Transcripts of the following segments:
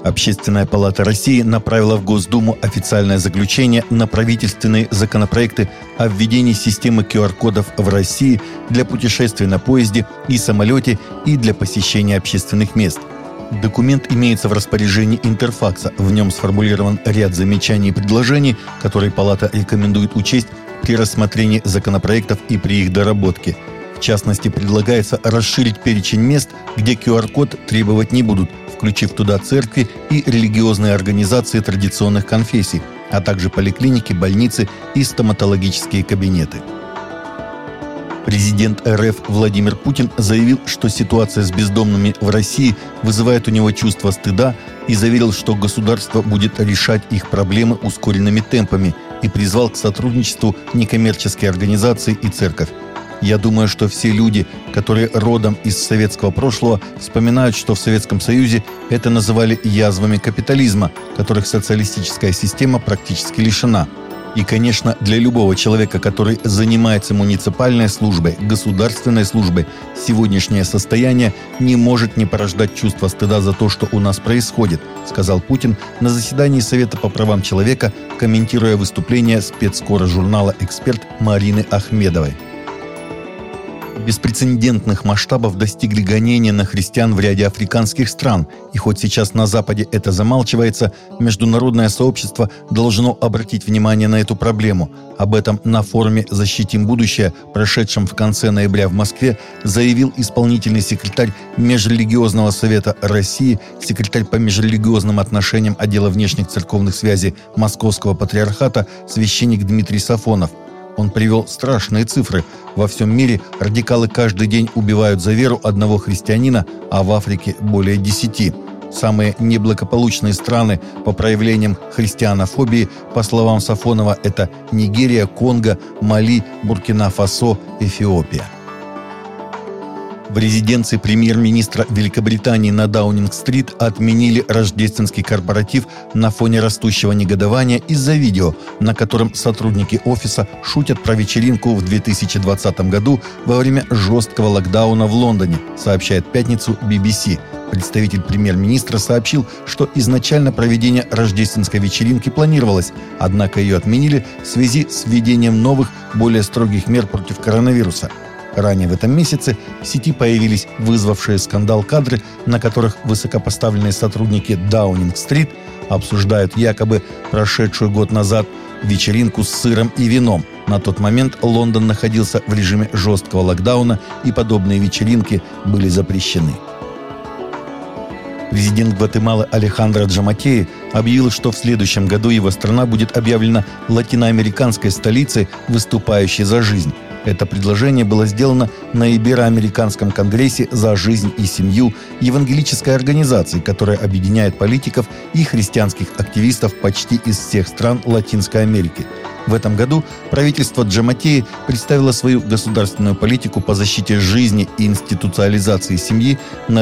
Общественная палата России направила в Госдуму официальное заключение на правительственные законопроекты о введении системы QR-кодов в России для путешествий на поезде и самолете и для посещения общественных мест. Документ имеется в распоряжении Интерфакса. В нем сформулирован ряд замечаний и предложений, которые палата рекомендует учесть при рассмотрении законопроектов и при их доработке. В частности, предлагается расширить перечень мест, где QR-код требовать не будут, включив туда церкви и религиозные организации традиционных конфессий, а также поликлиники, больницы и стоматологические кабинеты. Президент РФ Владимир Путин заявил, что ситуация с бездомными в России вызывает у него чувство стыда и заверил, что государство будет решать их проблемы ускоренными темпами и призвал к сотрудничеству некоммерческие организации и церковь. Я думаю, что все люди, которые родом из советского прошлого, вспоминают, что в Советском Союзе это называли язвами капитализма, которых социалистическая система практически лишена. И, конечно, для любого человека, который занимается муниципальной службой, государственной службой, сегодняшнее состояние не может не порождать чувство стыда за то, что у нас происходит, сказал Путин на заседании Совета по правам человека, комментируя выступление спецкора журнала «Эксперт» Марины Ахмедовой. Беспрецедентных масштабов достигли гонения на христиан в ряде африканских стран. И хоть сейчас на Западе это замалчивается, международное сообщество должно обратить внимание на эту проблему. Об этом на форуме «Защитим будущее», прошедшем в конце ноября в Москве, заявил исполнительный секретарь Межрелигиозного совета России, секретарь по межрелигиозным отношениям отдела внешних церковных связей Московского патриархата священник Дмитрий Сафонов. Он привел страшные цифры. Во всем мире радикалы каждый день убивают за веру одного христианина, а в Африке более 10. Самые неблагополучные страны по проявлениям христианофобии, по словам Сафонова, это Нигерия, Конго, Мали, Буркина-Фасо, Эфиопия. В резиденции премьер-министра Великобритании на Даунинг-стрит отменили рождественский корпоратив на фоне растущего негодования из-за видео, на котором сотрудники офиса шутят про вечеринку в 2020 году во время жесткого локдауна в Лондоне, сообщает в пятницу BBC. Представитель премьер-министра сообщил, что изначально проведение рождественской вечеринки планировалось, однако ее отменили в связи с введением новых, более строгих мер против коронавируса. Ранее в этом месяце в сети появились вызвавшие скандал кадры, на которых высокопоставленные сотрудники Даунинг-стрит обсуждают якобы прошедшую год назад вечеринку с сыром и вином. На тот момент Лондон находился в режиме жесткого локдауна, и подобные вечеринки были запрещены. Президент Гватемалы Алехандро Джаматеи объявил, что в следующем году его страна будет объявлена латиноамериканской столицей, выступающей за жизнь. Это предложение было сделано на Ибероамериканском конгрессе «За жизнь и семью» евангелической организации, которая объединяет политиков и христианских активистов почти из всех стран Латинской Америки. В этом году правительство Джаматеи представило свою государственную политику по защите жизни и институциализации семьи на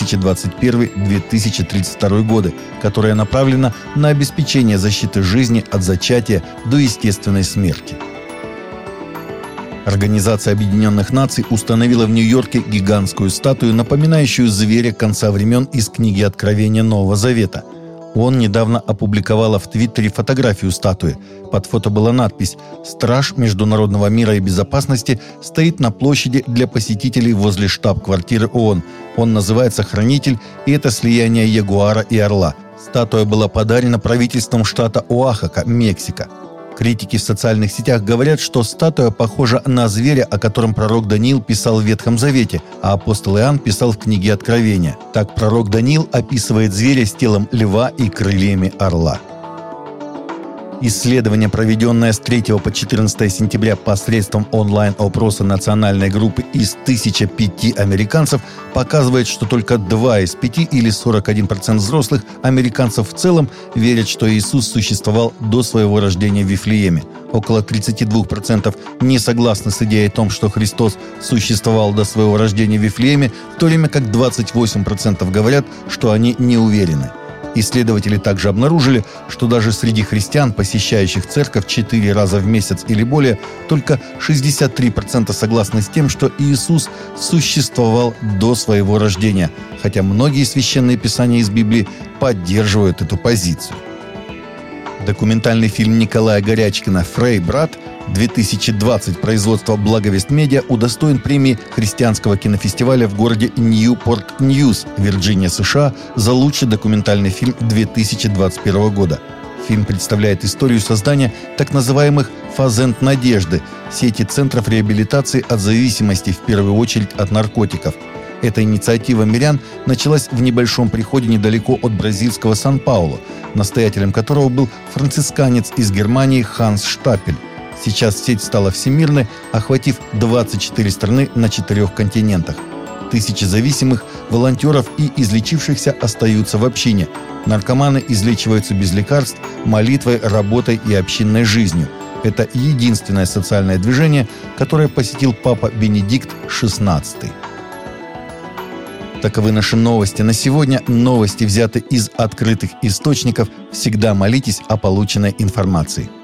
2021-2032 годы, которая направлена на обеспечение защиты жизни от зачатия до естественной смерти. Организация Объединенных Наций установила в Нью-Йорке гигантскую статую, напоминающую зверя конца времен из книги Откровения Нового Завета. ООН недавно опубликовала в Твиттере фотографию статуи. Под фото была надпись «Страж международного мира и безопасности стоит на площади для посетителей возле штаб-квартиры ООН. Он называется «Хранитель», и это слияние ягуара и орла. Статуя была подарена правительством штата Оахака, Мексика. Критики в социальных сетях говорят, что статуя похожа на зверя, о котором пророк Даниил писал в Ветхом Завете, а апостол Иоанн писал в книге Откровения. Так пророк Даниил описывает зверя с телом льва и крыльями орла. Исследование, проведенное с 3 по 14 сентября посредством онлайн-опроса национальной группы из 1005 американцев, показывает, что только 2 из 5 или 41% взрослых американцев в целом верят, что Иисус существовал до своего рождения в Вифлееме. Около 32% не согласны с идеей о том, что Христос существовал до своего рождения в Вифлееме, в то время как 28% говорят, что они не уверены. Исследователи также обнаружили, что даже среди христиан, посещающих церковь 4 раза в месяц или более, только 63% согласны с тем, что Иисус существовал до своего рождения, хотя многие священные писания из Библии поддерживают эту позицию. Документальный фильм Николая Горячкина «Фрей, брат» 2020 производства «Благовест Медиа» удостоен премии христианского кинофестиваля в городе Ньюпорт-Ньюс, Вирджиния, США, за лучший документальный фильм 2021 года. Фильм представляет историю создания так называемых «фазенд надежды» – сети центров реабилитации от зависимости, в первую очередь от наркотиков. Эта инициатива мирян началась в небольшом приходе недалеко от бразильского Сан-Паулу, настоятелем которого был францисканец из Германии Ханс Штапель. Сейчас сеть стала всемирной, охватив 24 страны на 4 континентах. Тысячи зависимых, волонтеров и излечившихся остаются в общине. Наркоманы излечиваются без лекарств, молитвой, работой и общинной жизнью. Это единственное социальное движение, которое посетил папа Бенедикт XVI. Таковы наши новости на сегодня. Новости взяты из открытых источников. Всегда молитесь о полученной информации.